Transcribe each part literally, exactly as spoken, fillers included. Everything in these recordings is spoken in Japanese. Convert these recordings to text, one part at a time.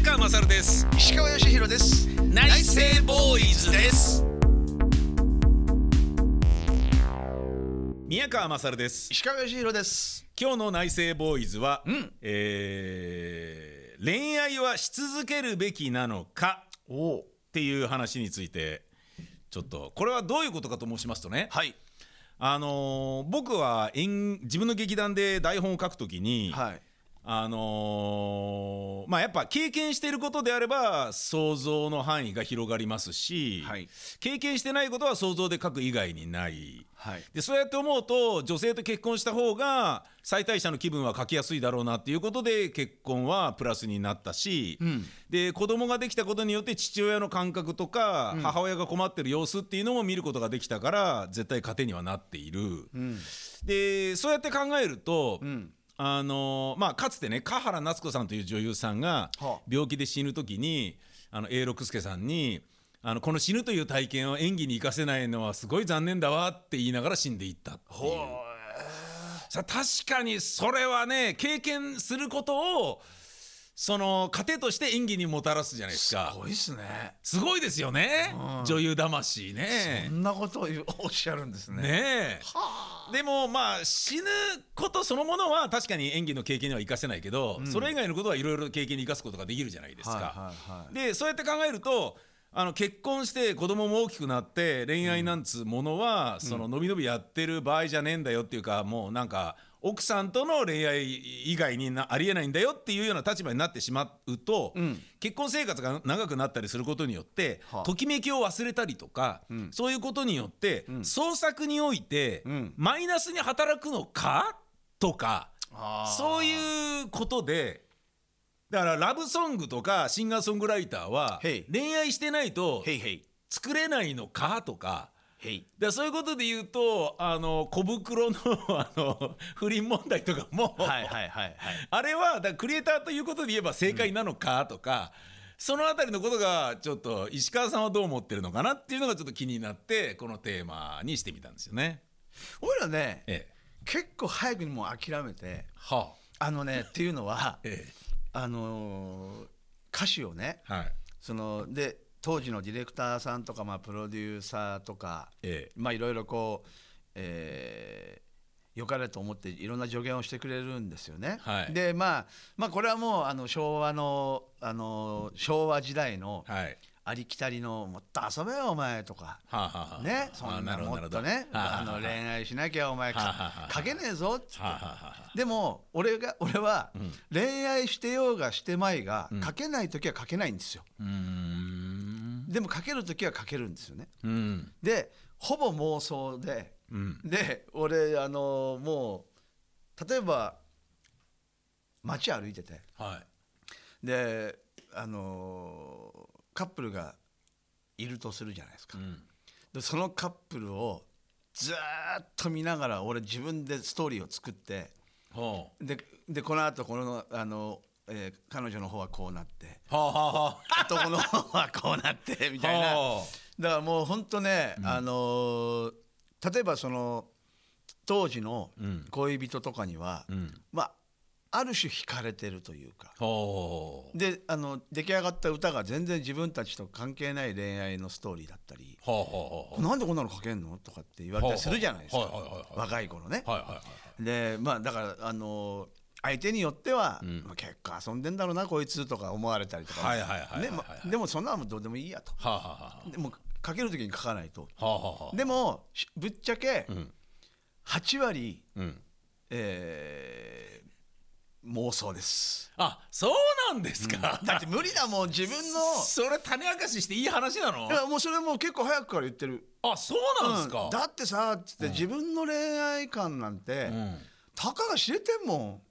宮川勝です。 石川義弘です。 内政ボーイズです。宮川勝です。 石川義弘です。 今日の内政ボーイズは、 うん、 えー、恋愛はし続けるべきなのかっていう話について、ちょっとこれはどういうことかと申しますとね、 はい、 あのー、僕は演自分の劇団で台本を書くときに、 はい、 あのー、まあやっぱ経験していることであれば想像の範囲が広がりますし、 はい、 経験してないことは想像で書く以外にない、 はい、 でそうやって思うと女性と結婚した方が妻帯者の気分は書きやすいだろうなっていうことで結婚はプラスになったし、うん、で子供ができたことによって父親の感覚とか、うん、母親が困ってる様子っていうのも見ることができたから絶対糧にはなっている、うん、でそうやって考えると、うん、あのーまあ、かつてね華原夏子さんという女優さんが病気で死ぬ時にあの永六輔さんにあのこの死ぬという体験を演技に生かせないのはすごい残念だわって言いながら死んでいったっていう。さ確かにそれはね経験することをその糧として演技にもたらすじゃないですか。 すごいですね。 すごいですよね、うん、女優魂ね。 そんなことをおっしゃるんですね。 ねえはあ、でもまあ死ぬことそのものは確かに演技の経験には生かせないけど、うん、それ以外のことはいろいろ経験に生かすことができるじゃないですか、はいはいはい、でそうやって考えるとあの結婚して子供も大きくなって恋愛なんつうものは、うん、そののびのびやってる場合じゃねえんだよっていうか、もうなんか奥さんとの恋愛以外になありえないんだよっていうような立場になってしまうと、うん、結婚生活が長くなったりすることによって、はあ、ときめきを忘れたりとか、うん、そういうことによって、うん、創作において、うん、マイナスに働くのかとか、そういうことでだからラブソングとかシンガーソングライターは恋愛してないと作れないのかとか、だそういうことで言うとあの小袋のあの不倫問題とかもはいはいはい、はい、あれはだクリエイターということで言えば正解なのかとか、うん、そのあたりのことがちょっと石川さんはどう思ってるのかなっていうのがちょっと気になってこのテーマにしてみたんですよね。 俺らね、ええ、結構早くにもう諦めて、はあ、あのねっていうのは、ええ、あのー、歌詞をね、はい、そので当時のディレクターさんとか、まあ、プロデューサーとか、ええ、まあいろいろこう、えー、よかれと思っていろんな助言をしてくれるんですよね、はい、で、まあ、まあこれはもうあの昭和の、あの昭和時代の、はい、ありきたりのもっと遊べよお前とか、はあはあ、ね、そんなもっとね、はあはあ、あの恋愛しなきゃお前、はあはあ、書けねえぞっつって、はあはあ、でも俺が俺は、うん、恋愛してようがしてまいが、うん、書けない時は書けないんですよ。うーんでも書ける時は書けるんですよね、うん、でほぼ妄想で、うん、で俺あのもう例えば街歩いてて、はい、であのカップルがいるとするじゃないですか、うん、でそのカップルをずっと見ながら俺自分でストーリーを作って、で, でこの後このあの、えー、彼女の方はこうなって、はあはあ、男の方はこうなってみたいな、はあ、だからもうほんとね、うん、あのー、例えばその当時の恋人とかには、うん、まあある種惹かれてるというか、であの出来上がった歌が全然自分たちと関係ない恋愛のストーリーだったり、はあはあ、なんでこんなの書けんのとかって言われたりするじゃないですか、若い頃ね、はいはいはい、でまあだからあの相手によっては、うん、結構遊んでんだろうなこいつとか思われたりとか、でもそんなのどうでもいいやと、はあはあ、でも書ける時に書かないと、はあはあ、でもぶっちゃけ、うん、はち割、うん、えー妄想です。 あ、そうなんですか、 うん、だって無理だもん自分のそれ種明かししていい話なの？ いやもうそれもう結構早くから言ってる。 あ、そうなんですか、 うん、だってさつって、うん、自分の恋愛観なんて、うん、たかが知れてんもん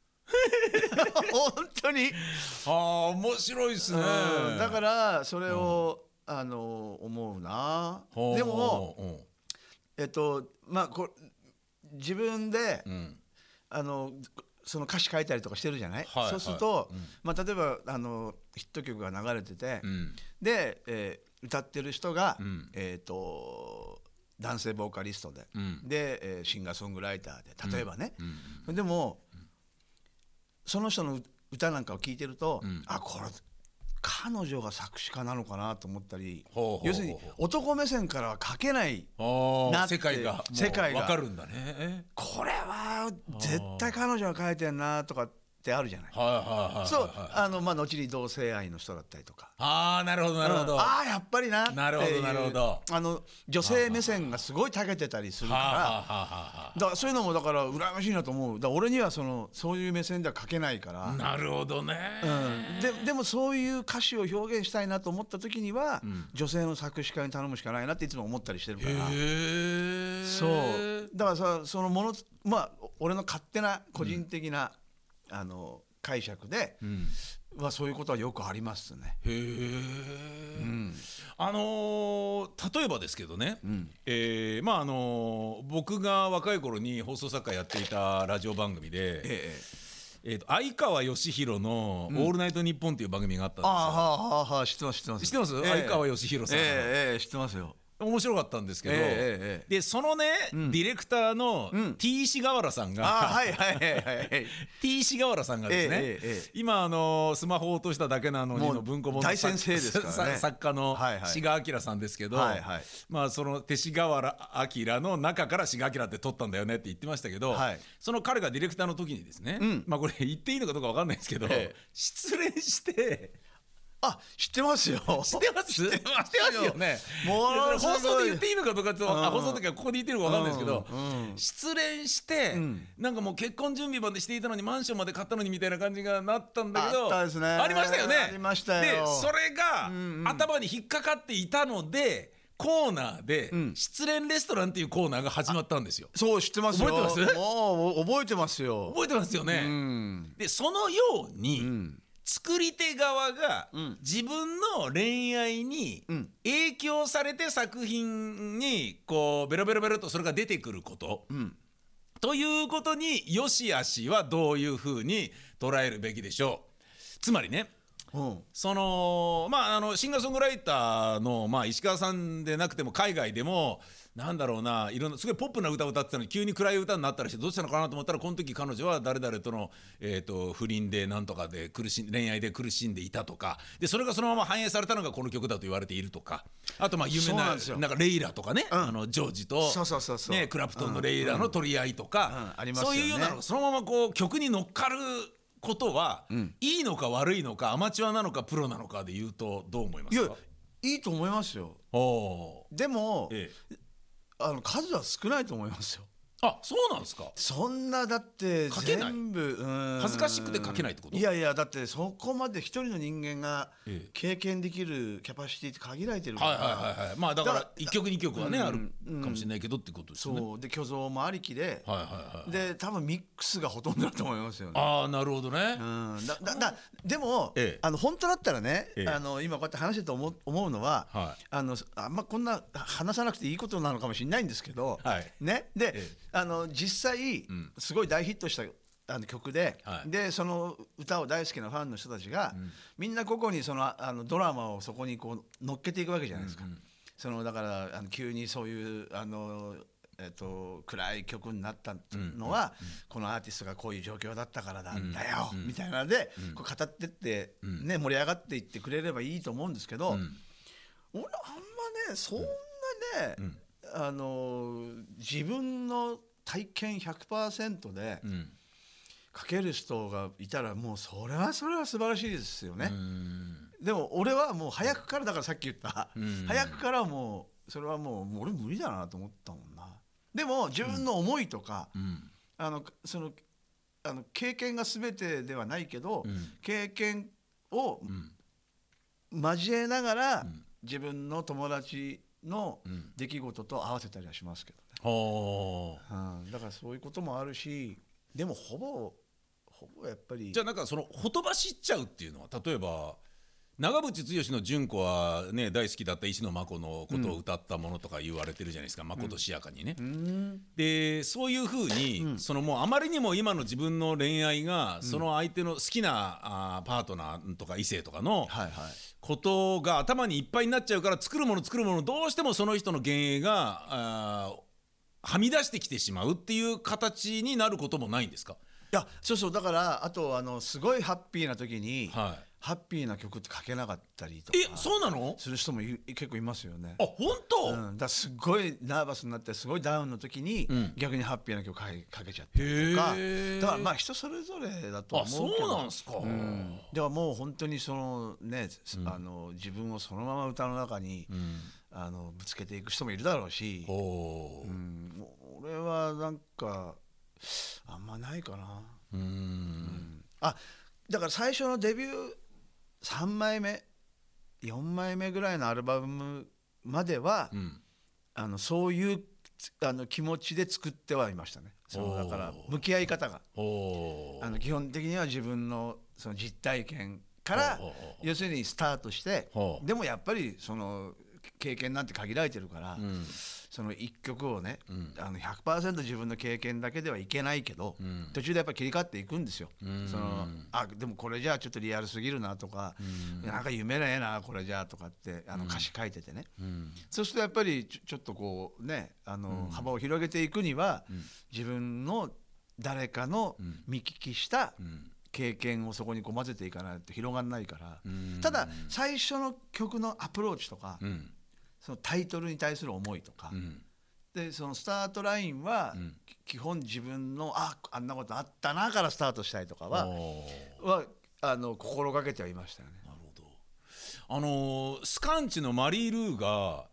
本当にああ面白いですね、 うん、だからそれを、うん、あの思うな。でも、うん、えっとまあこ自分で、うん、あのその歌詞書いたりとかしてるじゃない、はい、そうすると、はい、うん、まあ、例えばあのヒット曲が流れてて、うん、で、えー、歌ってる人が、うん、えー、と男性ボーカリストで、うん、で、えー、シンガーソングライターで例えばね、うんうん、でも、うん、その人の歌なんかを聴いてると、うん、あこれ彼女が作詞家なのかなと思ったり、ほうほうほう、要するに男目線からは書けないなって世界が世界が分かるんだね。 これは絶対彼女が書いてんなとかってあるじゃない。 はいはいはいはい、 そうあのまあ後に同性愛の人だったりとか、 ああなるほどなるほど、 うん、ああやっぱりなっていう、 なるほどなるほど、 あの女性目線がすごい長けてたりするから、はあはあはあ、だからそういうのもだから羨ましいなと思う。だから俺にはそのそういう目線では書けないから。 なるほどね、 うん、で, でもそういう歌詞を表現したいなと思った時には、うん、女性の作詞家に頼むしかないなっていつも思ったりしてるから。へそうだからさ、そのものまあ俺の勝手な個人的な、うん、あの解釈で、うんはそういうことはよくありますね。へー、うん、あのー、例えばですけどね、うん、えー、まああのー、僕が若い頃に放送作家やっていたラジオ番組で、えええー、と相川義弘の「オールナイトニッポン」っていう番組があったんですよ。 ああはあはあ、知ってます知ってます知ってます、えー、相川義弘さん、 えーえー、知ってますよ。 面白かったんですけど、えーえー、でそのね、うん、ディレクターの T 石川原さんが、 はいはいはいはい T 石川原さんがですね、えーえー、今あのスマホを落としただけなのにの文庫本の大先生ですからね作家の志賀明さんですけど、はいはい、まあその勅使河原明の中から志賀明って取ったんだよねって言ってましたけど、はい、その彼がディレクターの時にですね、うん、まあこれ言っていいのかどうか分かんないですけど、えー、失恋してあ、知ってますよ。 知ってます？知ってますよね。もう放送で言っていいのかどうかと、うん、あ放送の時はここで言ってるのか分かんないですけど、うんうん、失恋して、うん、なんかもう結婚準備までしていたのにマンションまで買ったのにみたいな感じがなったんだけど、 あったですね。 ありましたよね。 ありましたよ。 でそれが、うんうん、頭に引っかかっていたので。コーナーで、うん、失恋レストランっていうコーナーが始まったんですよ。 そう知ってますよ。 覚えてます？ お覚えてますよ。 覚えてますよね。うん、でそのように、うん、作り手側が自分の恋愛に影響されて作品にこうベロベロベロとそれが出てくること、うん、ということによしあしはどういうふうに捉えるべきでしょう。つまりね、うん、そのまああのシンガーソングライターの、まあ、石川さんでなくても海外でもなんだろうないろんなすごいポップな歌を歌ってたのに急に暗い歌になったりしてどうしたのかなと思ったらこの時彼女は誰々との、えー、と不倫でなんとかで苦しん恋愛で苦しんでいたとかでそれがそのまま反映されたのがこの曲だと言われているとかあとまあ有名 な, なんかレイラとかね、うん、あのジョージとそうそうそうそう、 ね、クラプトンのレイラの取り合いとか、うんうん、そういうようなのがそのままこう曲に乗っかることは、うん、いいのか悪いのかアマチュアなのかプロなのかで言うとどう思いますか？ いやいいと思いますよ。おでも、ええ、あの数は少ないと思いますよ。 あ、そうなんですか。 そんなだって全部うん恥ずかしくて書けないってこと？ いやいやだってそこまで一人の人間が経験できるキャパシティって限られてるから、はいはいはいはい、 まあだからいっきょくにきょくはね、うん、あるかもしれないけどってことですよね。 そうで虚像もありきで、はいはいはい、で多分ミックスがほとんどだと思いますよね。 ああなるほどね、 うん、だだだでも、ええ、あの本当だったらね、ええ、あの今こうやって話してて思う、思うのは、はい、あのあんまこんな話さなくていいことなのかもしれないんですけど、はい、ねで、ええ、あの実際すごい大ヒットしたあの曲で、はい、でその歌を大好きなファンの人たちが、うん、みんな個々にそのあのドラマをそこにこう乗っけていくわけじゃないですか、うんうん、そのだからあの急にそういうあの、えっと、暗い曲になったのは、うんうんうん、このアーティストがこういう状況だったからなんだよ、うんうん、みたいなので、うん、こう語ってって、うんね、盛り上がっていってくれればいいと思うんですけど、うん、俺あんまねそんなね、うん、あの自分の体験 ひゃくパーセント で書ける人がいたらもうそれはそれは素晴らしいですよね。でも俺はもう早くからだからさっき言った早くからもうそれはもう俺無理だなと思ったもんな。でも自分の思いとか、うん、あのそのあの経験が全てではないけど、うん、経験を交えながら、うん、自分の友達の出来事と合わせたりはしますけどね。うん、だからそういうこともあるしでもほぼほぼやっぱりじゃあなんかそのほとばしっちゃうっていうのは例えば長渕剛の純子はね大好きだった石野真子のことを歌ったものとか言われてるじゃないですか、まことしやかにね、うん、でそういうふうに、うん、そのもうあまりにも今の自分の恋愛が、うん、その相手の好きなあパートナーとか異性とかのことが頭にいっぱいになっちゃうから作るもの作るものどうしてもその人の幻影があはみ出してきてしまうっていう形になることもないんですか？ いやそうそうだからあとあのすごいハッピーな時に、はいハッピーな曲って書けなかったりとかえそうなのする人もい結構いますよね。 あ本当、 うん、だすごいナーバスになってすごいダウンの時に、うん、逆にハッピーな曲書けちゃったりとか、だからまあ人それぞれだと思うけど。 あそうなんすか、うん、 ではもう本当にそのね、うん、あの自分をそのまま歌の中に、うん、あのぶつけていく人もいるだろうし、うん、俺はなんかあんまないかな。うん、うん、あだから最初のデビューさんまいめよんまいめぐらいのアルバムまでは、うん、あのそういうあの気持ちで作ってはいましたね。そのだから向き合い方があの基本的には自分のその実体験から要するにスタートしてでもやっぱりその経験なんて限られてるから、うん、そのいっきょくをね、うん、あの ひゃくパーセント 自分の経験だけではいけないけど、うん、途中でやっぱ切り替わっていくんですよ、うん、そのあでもこれじゃあちょっとリアルすぎるなとか、うん、なんか夢ねえなこれじゃあとかってあの歌詞書いててね、うん、そうするとやっぱりちょ、ちょっとこうねあの、うん、幅を広げていくには、うん、自分の誰かの見聞きした、うん経験をそこにこう混ぜていかないと広がらないから、ただ最初の曲のアプローチとか、うん、そのタイトルに対する思いとか、うん、でそのスタートラインは、うん、基本自分のああんなことあったなからスタートしたいとかははあの心がけてはいましたよね。 なるほど。あのスカンチのマリー・ルーが、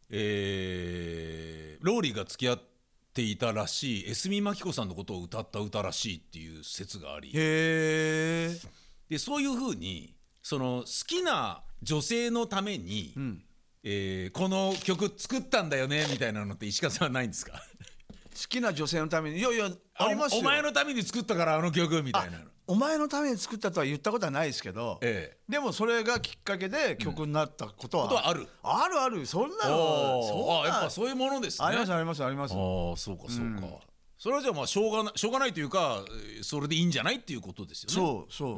えー、ローリーが付き合ってていたらしい江角真紀子さんのことを歌った歌らしいっていう説があり、 へーでそういう風にその好きな女性のために、うんえー、この曲作ったんだよねみたいなのって石川さんはないんですか？好きな女性のためにいやいやありますよ。 お前のために作ったからあの曲みたいなの。 お前のために作ったとは言ったことはないですけど、ええ、でもそれがきっかけで曲になったことは、 うん、ことはあるあるあるそんなのそんなあやっぱそういうものですね。 ありますありますあります。 あそうかそうか、うん、それはじゃあまあしょうがなしょうがないというかそれでいいんじゃないっていうことですよね。 そうそう、うん、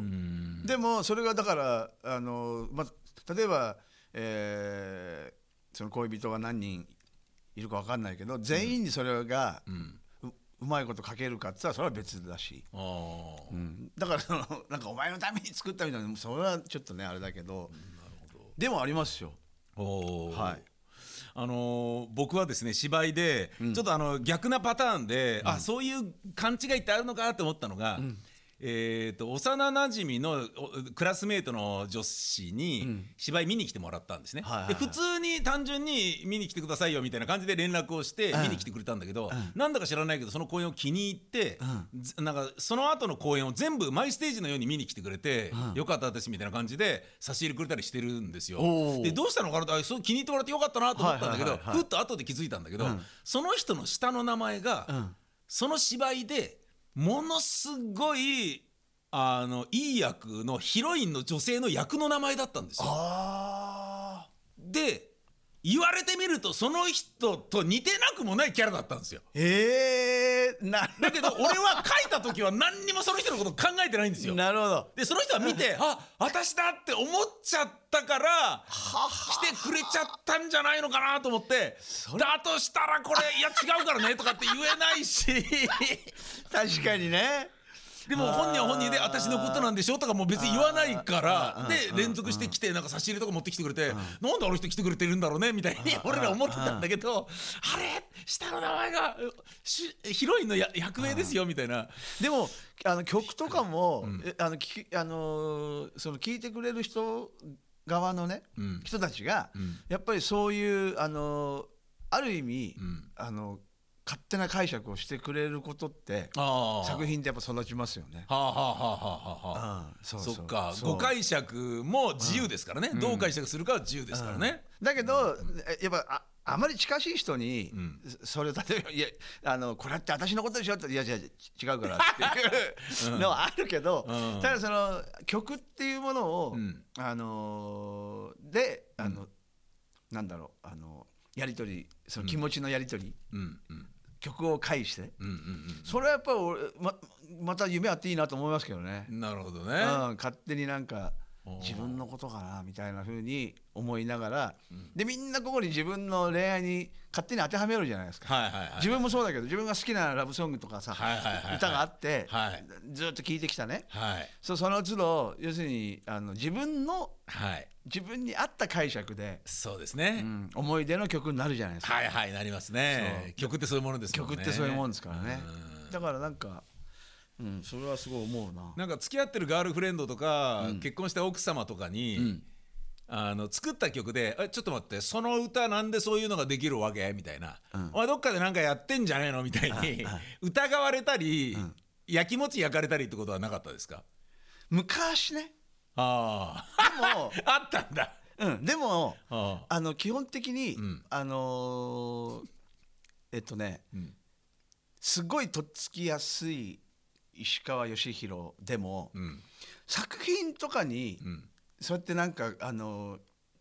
でもそれがだからあの、ま、例えば、えー、その恋人が何人いるか分かんないけど全員にそれが、うんうんうまいこと書けるかって言ったらそれは別だし、あ、うん、だからそのなんかお前のために作ったみたいなそれはちょっとねあれだけど、うん、なるほどでもありますよ。お、はい、 あのー、僕はですね芝居で、うん、ちょっとあの逆なパターンで、うん、あそういう勘違いってあるのかと思ったのが、うんえー、と幼なじみのクラスメートの女子に芝居見に来てもらったんですね、うんはいはいはい、で普通に単純に見に来てくださいよみたいな感じで連絡をして見に来てくれたんだけど、うん、なんだか知らないけどその公演を気に入って、うん、なんかその後の公演を全部マイステージのように見に来てくれて、うん、よかったですみたいな感じで差し入れくれたりしてるんですよ。でどうしたのかなとそう気に入ってもらってよかったなと思ったんだけど、はいはいはいはい、ふっと後で気づいたんだけど、うん、その人の下の名前が、うん、その芝居でものすごいあのいい役のヒロインの女性の役の名前だったんですよ。あで言われてみるとその人と似てなくもないキャラだったんですよ。 へーなだけど俺は書いた時は何にもその人のこと考えてないんですよ。 なるほど。 でその人は見てあ私だって思っちゃったから来てくれちゃったんじゃないのかなと思ってだとしたらこれいや違うからねとかって言えないし確かにね。 でも本人は本人で私のことなんでしょとかも別に言わないからで連続してきてなんか差し入れとか持ってきてくれてなんであの人来てくれてるんだろうねみたいに俺ら思ってたんだけどあれ下の名前がヒロインの役名ですよみたいな。 でもあの曲とかも、うん、あのきあのその聞いてくれる人側のね、うん、人たちが、うん、やっぱりそういうあのある意味、うん、あの勝手な解釈をしてくれることって作品ってやっぱ育ちますよね。 はあはあはあはあはあ。そっか誤解釈も自由ですからね、うん、どう解釈するかは自由ですからね、 うん、だけど、うん、やっぱ あ, あまり近しい人に、うん、それを例えばいやあのこれって私のことでしょっていやいや違うからっていうのはあるけど、うん、ただその曲っていうものを、うん、あのー、であの、うん、なんだろうあのやり取りその気持ちのやり取り、うんうん曲を介して、うんうんうん、それはやっぱり俺 ま, また夢あっていいなと思いますけどね。 なるほどね、 うん、勝手になんか自分のことかなみたいな風に思いながら、うん、でみんなここに自分の恋愛に勝手に当てはめるじゃないですか、はいはいはい、自分もそうだけど自分が好きなラブソングとかさ、はいはいはいはい、歌があって、はい、ずっと聴いてきたね、はい、そ, その都度要するにあの自分の、はい、自分に合った解釈でそうですね、 うん、思い出の曲になるじゃないですか。 はいはいなりますね。曲ってそういうものですもんね。 曲ってそういうものですからね。だからなんかうん、それはすごい思うな。 なんか付き合ってるガールフレンドとか、うん、結婚した奥様とかに、うん、あの作った曲でえちょっと待ってその歌なんでそういうのができるわけみたいな、うん、お前どっかでなんかやってんじゃねえのみたいに疑われたり、うん、やきもち焼かれたりってことはなかったですか？ 昔ね。 あでもあったんだ、 うん、でも あ, あの基本的に、うん、あのー、えっとね、うん、すごいとっつきやすい石川義弘でも、うん、作品とかに、うん、そうやってなんかあの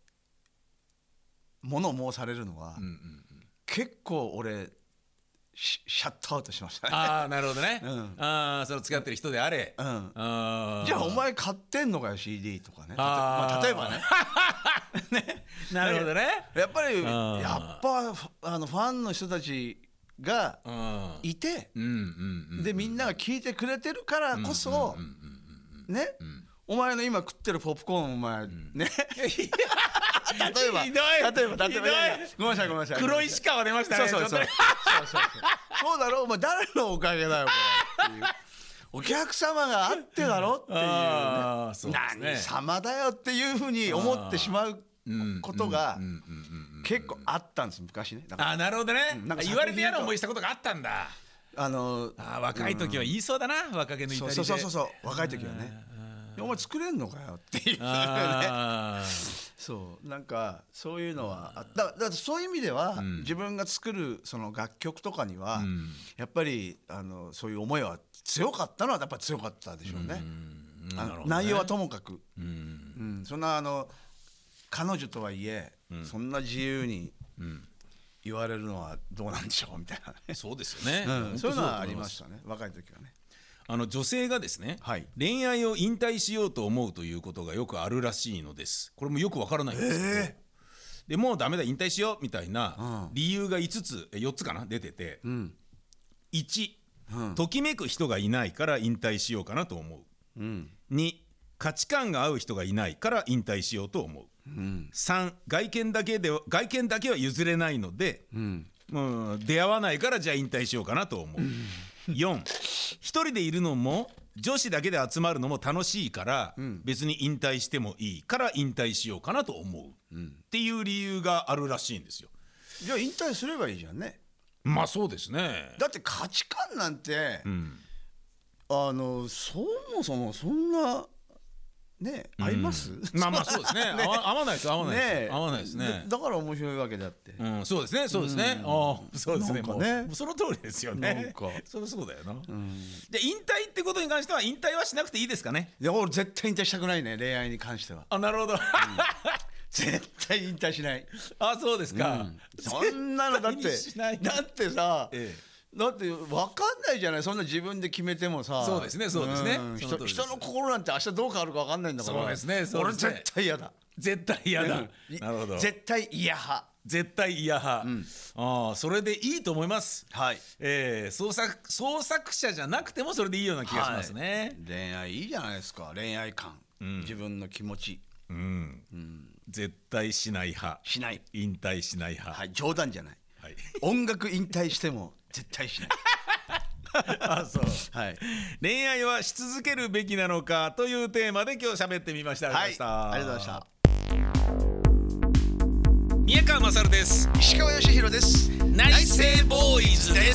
物申されるのは、うんうんうん、結構俺 シ, シャットアウトしましたね。 ああなるほどね、うん、あその付き合ってる人であれ、うん、 あじゃあお前買ってんのかよ シーディー とかね、あ、まあ、例えばねねなるほどね。 やっぱりやっぱあのファンの人たちがいて、でみんなが聞いてくれてるからこそね、お前の今食ってるポップコーンお前ね例えば例えば例えばごめんなさいごめんなさい黒石川出ましたね。 そうそうそうそうだろお前誰のおかげだよこれっていうお客様があってだろっていうね何様だよっていうふうに思ってしまうことが結構あったんです昔ね。 だからあなるほどね、うん、なんか言われて嫌な思いしたことがあったんだ。 あのあ若い時は言いそうだな、うん、若気の至りで。 そうそうそうそう若い時はねお前作れんのかよっていうねそうなんかそういうのはだだそういう意味では、うん、自分が作るその楽曲とかには、うん、やっぱりあのそういう思いは強かったのはやっぱり強かったでしょうね。うんあのね、内容はともかく、うんうん、そんなあの彼女とはいえ、うん、そんな自由に言われるのはどうなんでしょうみたいなね。 そうですよね、 うん、そういうのはありましたね若い時はね。 あの女性がですね、はい、恋愛を引退しようと思うということがよくあるらしいのです。これもよくわからないんですけど、えー、でもうダメだ引退しようみたいな理由がいつつよっつかな出てて、うん、いち、うん、ときめく人がいないから引退しようかなと思う、うん、に価値観が合う人がいないから引退しようと思う、うん、さん外見だけで外見だけは譲れないので、うんうん、出会わないからじゃあ引退しようかなと思う、うん、よん一人でいるのも女子だけで集まるのも楽しいから、うん、別に引退してもいいから引退しようかなと思う、うん、っていう理由があるらしいんですよ。 じゃあ引退すればいいじゃんね。 まあそうですね。 だって価値観なんて、うん、あのそもそもそんなね、合います、うん、 まあまあそうですねね合わないです合わないです、ね、合わないですね。 だから面白いわけであって、 うん、そうですねそうですね、うん、あそうですねもうねその通りですよね。 なんかそりゃそうだよな、うん、で引退ってことに関しては引退はしなくていいですかね。 いや俺絶対引退したくないね恋愛に関しては。 あなるほど、うん、 絶対引退しない。 あそうですか、うん、 そんなのだってだってさ、ええだって分かんないじゃない。そんな自分で決めてもさ。 そうですねそうですね、 うん、人, 人の心なんて明日どう変わるか分かんないんだから。 そうですねそうですね。 俺絶対嫌だ絶対嫌だ、うん、なるほど絶対嫌派絶対嫌派、うん、あそれでいいと思います、 はいえー、創作創作者じゃなくてもそれでいいような気がしますね、 はい、恋愛いいじゃないですか。恋愛観、うん、自分の気持ち、うんうん、絶対しない派しない引退しない派、 はい、冗談じゃない、はい、音楽引退しても絶対しないあそう、はい、恋愛はし続けるべきなのかというテーマで今日喋ってみました。 ありがとうございました、はい、 ありがとうございました。宮川勝です。 石川義弘です。 内政ボーイズです。